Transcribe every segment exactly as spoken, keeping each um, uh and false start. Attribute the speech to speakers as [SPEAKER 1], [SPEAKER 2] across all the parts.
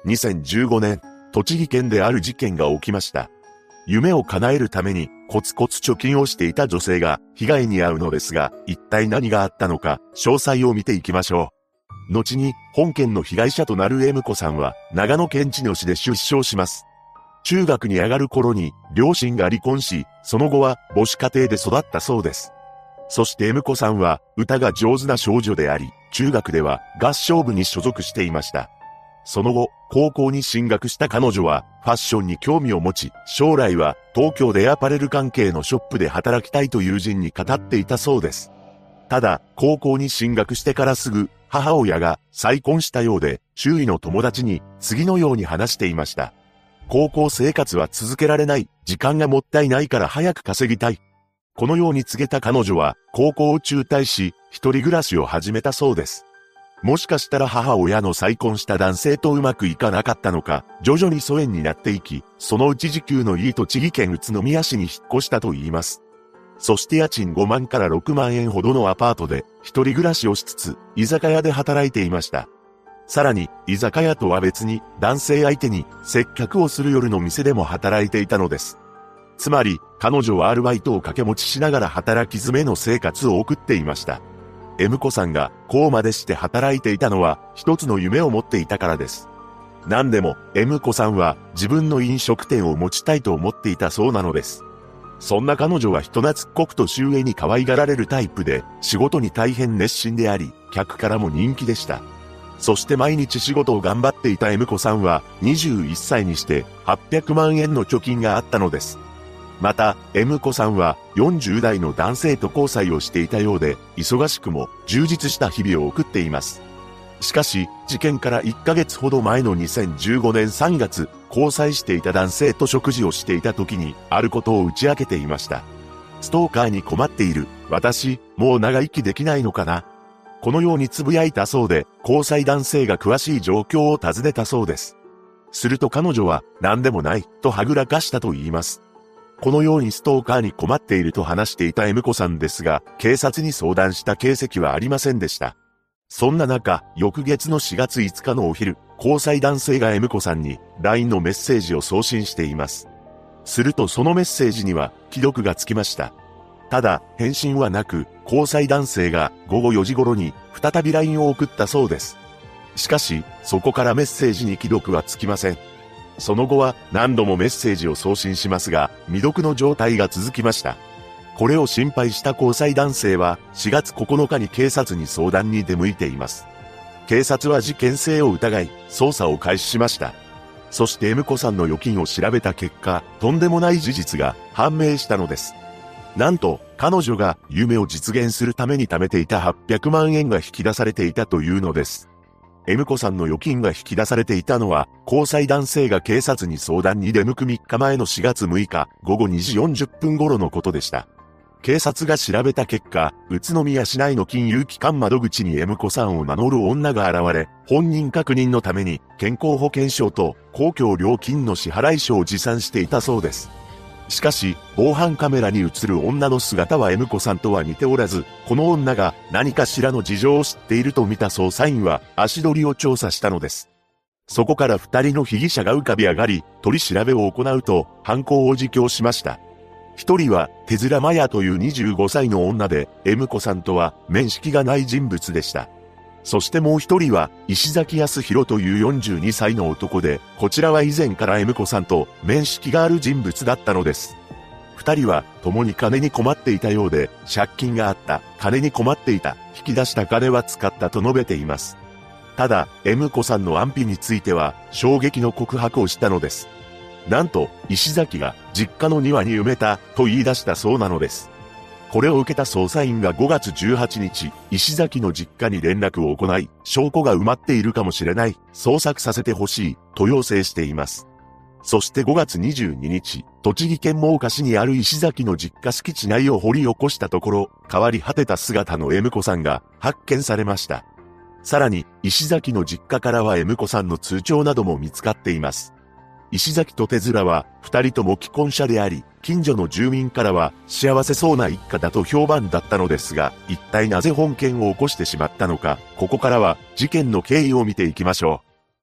[SPEAKER 1] にせんじゅうごねん、栃木県である事件が起きました。夢を叶えるためにコツコツ貯金をしていた女性が被害に遭うのですが、一体何があったのか、詳細を見ていきましょう。後に本件の被害者となる M 子さんは長野県茅野市で出生します。中学に上がる頃に両親が離婚し、その後は母子家庭で育ったそうです。そして M 子さんは歌が上手な少女であり、中学では合唱部に所属していました。その後、高校に進学した彼女はファッションに興味を持ち、将来は東京でアパレル関係のショップで働きたいと友人に語っていたそうです。ただ、高校に進学してからすぐ、母親が再婚したようで、周囲の友達に次のように話していました。高校生活は続けられない、時間がもったいないから早く稼ぎたい。このように告げた彼女は、高校を中退し、一人暮らしを始めたそうです。もしかしたら母親の再婚した男性とうまくいかなかったのか、徐々に疎遠になっていき、そのうち時給のいい栃木県宇都宮市に引っ越したと言います。そして家賃ごまんからろくまんえんほどのアパートで、一人暮らしをしつつ、居酒屋で働いていました。さらに、居酒屋とは別に、男性相手に接客をする夜の店でも働いていたのです。つまり、彼女はアルバイトを掛け持ちしながら働き詰めの生活を送っていました。M 子さんがこうまでして働いていたのは一つの夢を持っていたからです。何でも M 子さんは自分の飲食店を持ちたいと思っていたそうなのです。そんな彼女は人懐っこくと周囲に可愛がられるタイプで仕事に大変熱心であり、客からも人気でした。そして毎日仕事を頑張っていた M 子さんはにじゅういっさいにしてはっぴゃくまんえんの貯金があったのです。また、M 子さんはよんじゅうだいの男性と交際をしていたようで、忙しくも充実した日々を送っています。しかし、事件からいっかげつほど前のにせんじゅうごねんさんがつ、交際していた男性と食事をしていた時に、あることを打ち明けていました。ストーカーに困っている、私、もう長生きできないのかな。このようにつぶやいたそうで、交際男性が詳しい状況を尋ねたそうです。すると彼女は、何でもない、とはぐらかしたと言います。このようにストーカーに困っていると話していた M 子さんですが、警察に相談した形跡はありませんでした。そんな中、翌月のしがついつかのお昼、交際男性が M 子さんに ライン のメッセージを送信しています。するとそのメッセージには既読がつきました。ただ、返信はなく、交際男性がごごよじ頃に再び ライン を送ったそうです。しかし、そこからメッセージに既読はつきません。その後は何度もメッセージを送信しますが、未読の状態が続きました。これを心配した交際男性はしがつここのかに警察に相談に出向いています。警察は事件性を疑い、捜査を開始しました。そして M 子さんの預金を調べた結果、とんでもない事実が判明したのです。なんと、彼女が夢を実現するために貯めていたはっぴゃくまんえんが引き出されていたというのです。M 子さんの預金が引き出されていたのは、交際男性が警察に相談に出向くみっかまえのしがつむいかごごにじよんじゅっぷん頃のことでした。警察が調べた結果、宇都宮市内の金融機関窓口に M 子さんを名乗る女が現れ、本人確認のために健康保険証と公共料金の支払い書を持参していたそうです。しかし、防犯カメラに映る女の姿は M 子さんとは似ておらず、この女が何かしらの事情を知っていると見た捜査員は足取りを調査したのです。そこから二人の被疑者が浮かび上がり、取り調べを行うと犯行を自供しました。一人は手面マヤというにじゅうごさいの女で、M 子さんとは面識がない人物でした。そしてもう一人は石崎康弘というよんじゅうにさいの男で、こちらは以前から M 子さんと面識がある人物だったのです。二人は共に金に困っていたようで、借金があった、金に困っていた、引き出した金は使ったと述べています。ただ、M 子さんの安否については衝撃の告白をしたのです。なんと、石崎が実家の庭に埋めたと言い出したそうなのです。これを受けた捜査員がごがつじゅうはちにち、石崎の実家に連絡を行い、証拠が埋まっているかもしれない、捜索させてほしい、と要請しています。そしてごがつにじゅうににち、栃木県真岡市にある石崎の実家敷地内を掘り起こしたところ、変わり果てた姿の M 子さんが発見されました。さらに、石崎の実家からは M 子さんの通帳なども見つかっています。石崎と手面は二人とも既婚者であり、近所の住民からは幸せそうな一家だと評判だったのですが、一体なぜ本件を起こしてしまったのか、ここからは事件の経緯を見ていきましょう。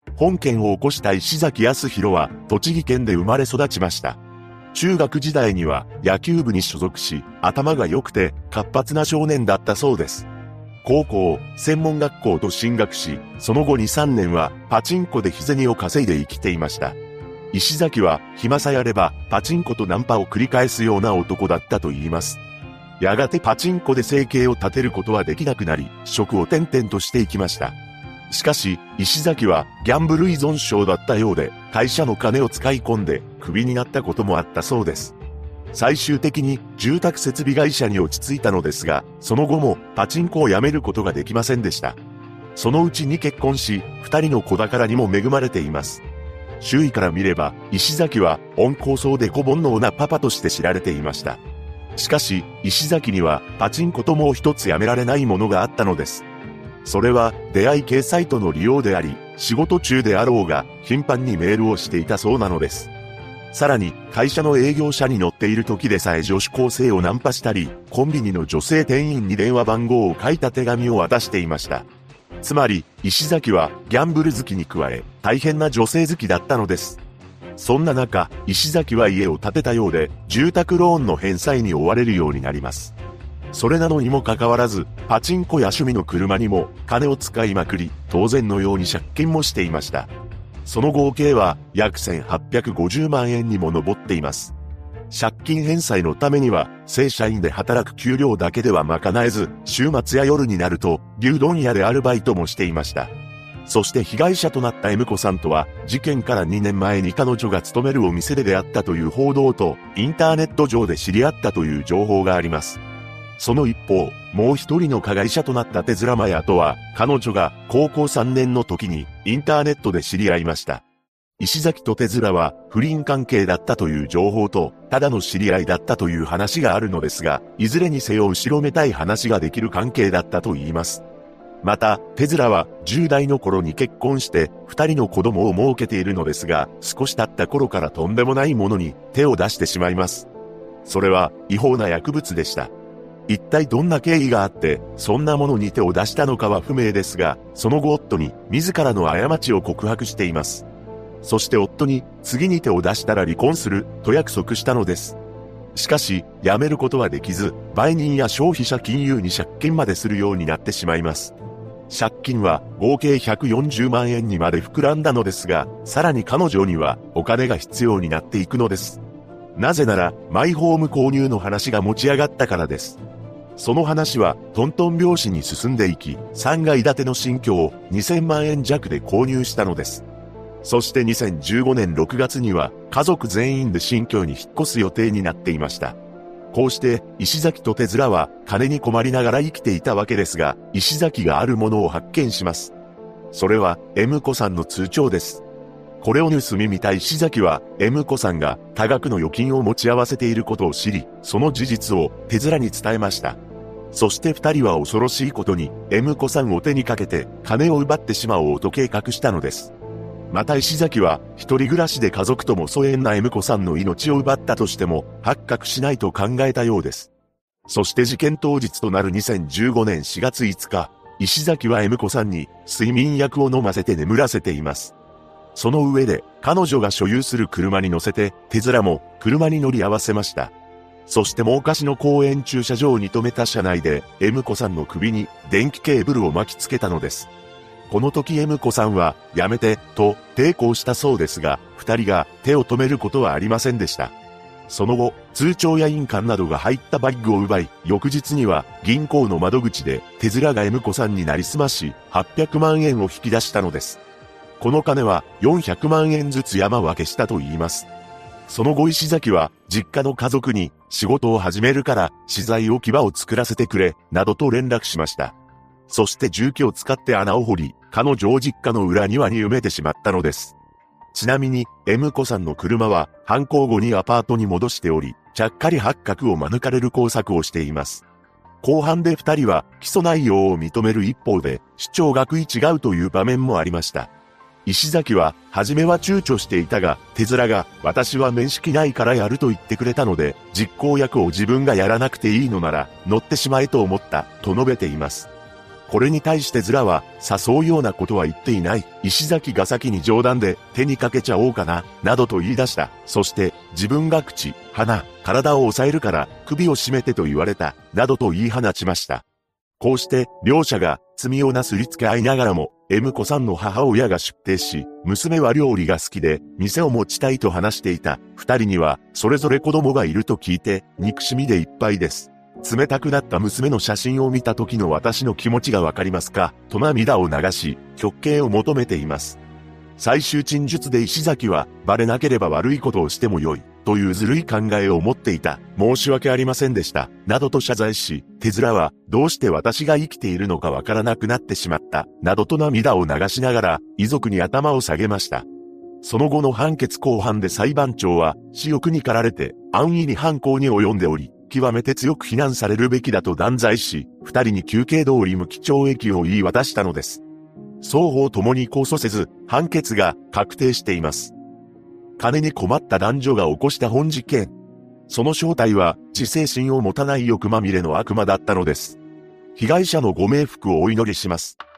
[SPEAKER 1] 本件を起こした石崎康弘は栃木県で生まれ育ちました。中学時代には野球部に所属し、頭が良くて活発な少年だったそうです。高校、専門学校と進学し、その後に、さんねんはパチンコで日銭を稼いで生きていました。石崎は暇さえあればパチンコとナンパを繰り返すような男だったと言います。やがてパチンコで生計を立てることはできなくなり、職を転々としていきました。しかし、石崎はギャンブル依存症だったようで、会社の金を使い込んでクビになったこともあったそうです。最終的に住宅設備会社に落ち着いたのですが、その後もパチンコをやめることができませんでした。そのうちに結婚し、二人の子宝にも恵まれています。周囲から見れば、石崎は温厚そうで小煩悩なパパとして知られていました。しかし、石崎にはパチンコともう一つやめられないものがあったのです。それは出会い系サイトの利用であり、仕事中であろうが頻繁にメールをしていたそうなのです。さらに、会社の営業車に乗っている時でさえ女子高生をナンパしたり、コンビニの女性店員に電話番号を書いた手紙を渡していました。つまり、石崎はギャンブル好きに加え、大変な女性好きだったのです。そんな中、石崎は家を建てたようで、住宅ローンの返済に追われるようになります。それなのにもかかわらず、パチンコや趣味の車にも金を使いまくり、当然のように借金もしていました。その合計は約せんはっぴゃくごじゅうまんえんにも上っています。借金返済のためには、正社員で働く給料だけでは賄えず、週末や夜になると、牛丼屋でアルバイトもしていました。そして被害者となった M 子さんとは、事件からにねんまえに彼女が勤めるお店で出会ったという報道と、インターネット上で知り合ったという情報があります。その一方、もう一人の加害者となった手面マヤとは、彼女が高校さんねんの時にインターネットで知り合いました。石崎と手面は不倫関係だったという情報と、ただの知り合いだったという話があるのですが、いずれにせよ後ろめたい話ができる関係だったと言います。また、手面はじゅう代の頃に結婚して二人の子供を設けているのですが、少し経った頃からとんでもないものに手を出してしまいます。それは違法な薬物でした。一体どんな経緯があって、そんなものに手を出したのかは不明ですが、その後夫に自らの過ちを告白しています。そして夫に次に手を出したら離婚すると約束したのです。しかし、やめることはできず、売人や消費者金融に借金までするようになってしまいます。借金は合計ひゃくよんじゅうまんえんにまで膨らんだのですが、さらに彼女にはお金が必要になっていくのです。なぜなら、マイホーム購入の話が持ち上がったからです。その話はトントン拍子に進んでいき、さんがい建ての新居をにせんまんえん弱で購入したのです。そしてにせんじゅうごねんろくがつには家族全員で新居に引っ越す予定になっていました。こうして石崎と手面は金に困りながら生きていたわけですが、石崎があるものを発見します。それは M 子さんの通帳です。これを盗み見た石崎は M 子さんが多額の預金を持ち合わせていることを知り、その事実を手面に伝えました。そして二人は恐ろしいことに M 子さんを手にかけて金を奪ってしまおうと計画したのです。また石崎は一人暮らしで家族とも疎遠な M 子さんの命を奪ったとしても発覚しないと考えたようです。そして事件当日となるにせんじゅうごねんしがついつか、石崎は M 子さんに睡眠薬を飲ませて眠らせています。その上で彼女が所有する車に乗せて手面も車に乗り合わせました。そして真岡市の公園駐車場に停めた車内で M 子さんの首に電気ケーブルを巻きつけたのです。この時 M 子さんはやめてと抵抗したそうですが、二人が手を止めることはありませんでした。その後、通帳や印鑑などが入ったバッグを奪い、翌日には銀行の窓口で手面が M 子さんになりすまし、はっぴゃくまんえんを引き出したのです。この金はよんひゃくまんえんずつ山分けしたと言います。その後石崎は実家の家族に仕事を始めるから資材置き場を作らせてくれ、などと連絡しました。そして重機を使って穴を掘り、彼女を実家の裏庭に埋めてしまったのです。ちなみに M 子さんの車は犯行後にアパートに戻しており、ちゃっかり発覚を免れる工作をしています。後半で二人は起訴内容を認める一方で主張が食い違うという場面もありました。石崎は初めは躊躇していたが、手面が私は面識ないからやると言ってくれたので、実行役を自分がやらなくていいのなら乗ってしまえと思ったと述べています。 これに対してズラは、誘うようなことは言っていない。石崎が先に冗談で手にかけちゃおうかな、などと言い出した。そして、自分が口、鼻、体を抑えるから首を絞めてと言われた、などと言い放ちました。こうして、両者が罪をなすりつけ合いながらも、M 子さんの母親が出廷し、娘は料理が好きで、店を持ちたいと話していた。二人には、それぞれ子供がいると聞いて、憎しみでいっぱいです。冷たくなった娘の写真を見た時の私の気持ちがわかりますか、と涙を流し、極刑を求めています。最終陳述で石崎は、バレなければ悪いことをしてもよい、というずるい考えを持っていた。申し訳ありませんでした。などと謝罪し、手面は、どうして私が生きているのかわからなくなってしまった。などと涙を流しながら、遺族に頭を下げました。その後の判決公判で裁判長は、私欲に駆られて、安易に犯行に及んでおり、極めて強く非難されるべきだと断罪し、二人に求刑通り無期懲役を言い渡したのです。双方ともに控訴せず、判決が確定しています。金に困った男女が起こした本事件。その正体は、自制心を持たない欲まみれの悪魔だったのです。被害者のご冥福をお祈りします。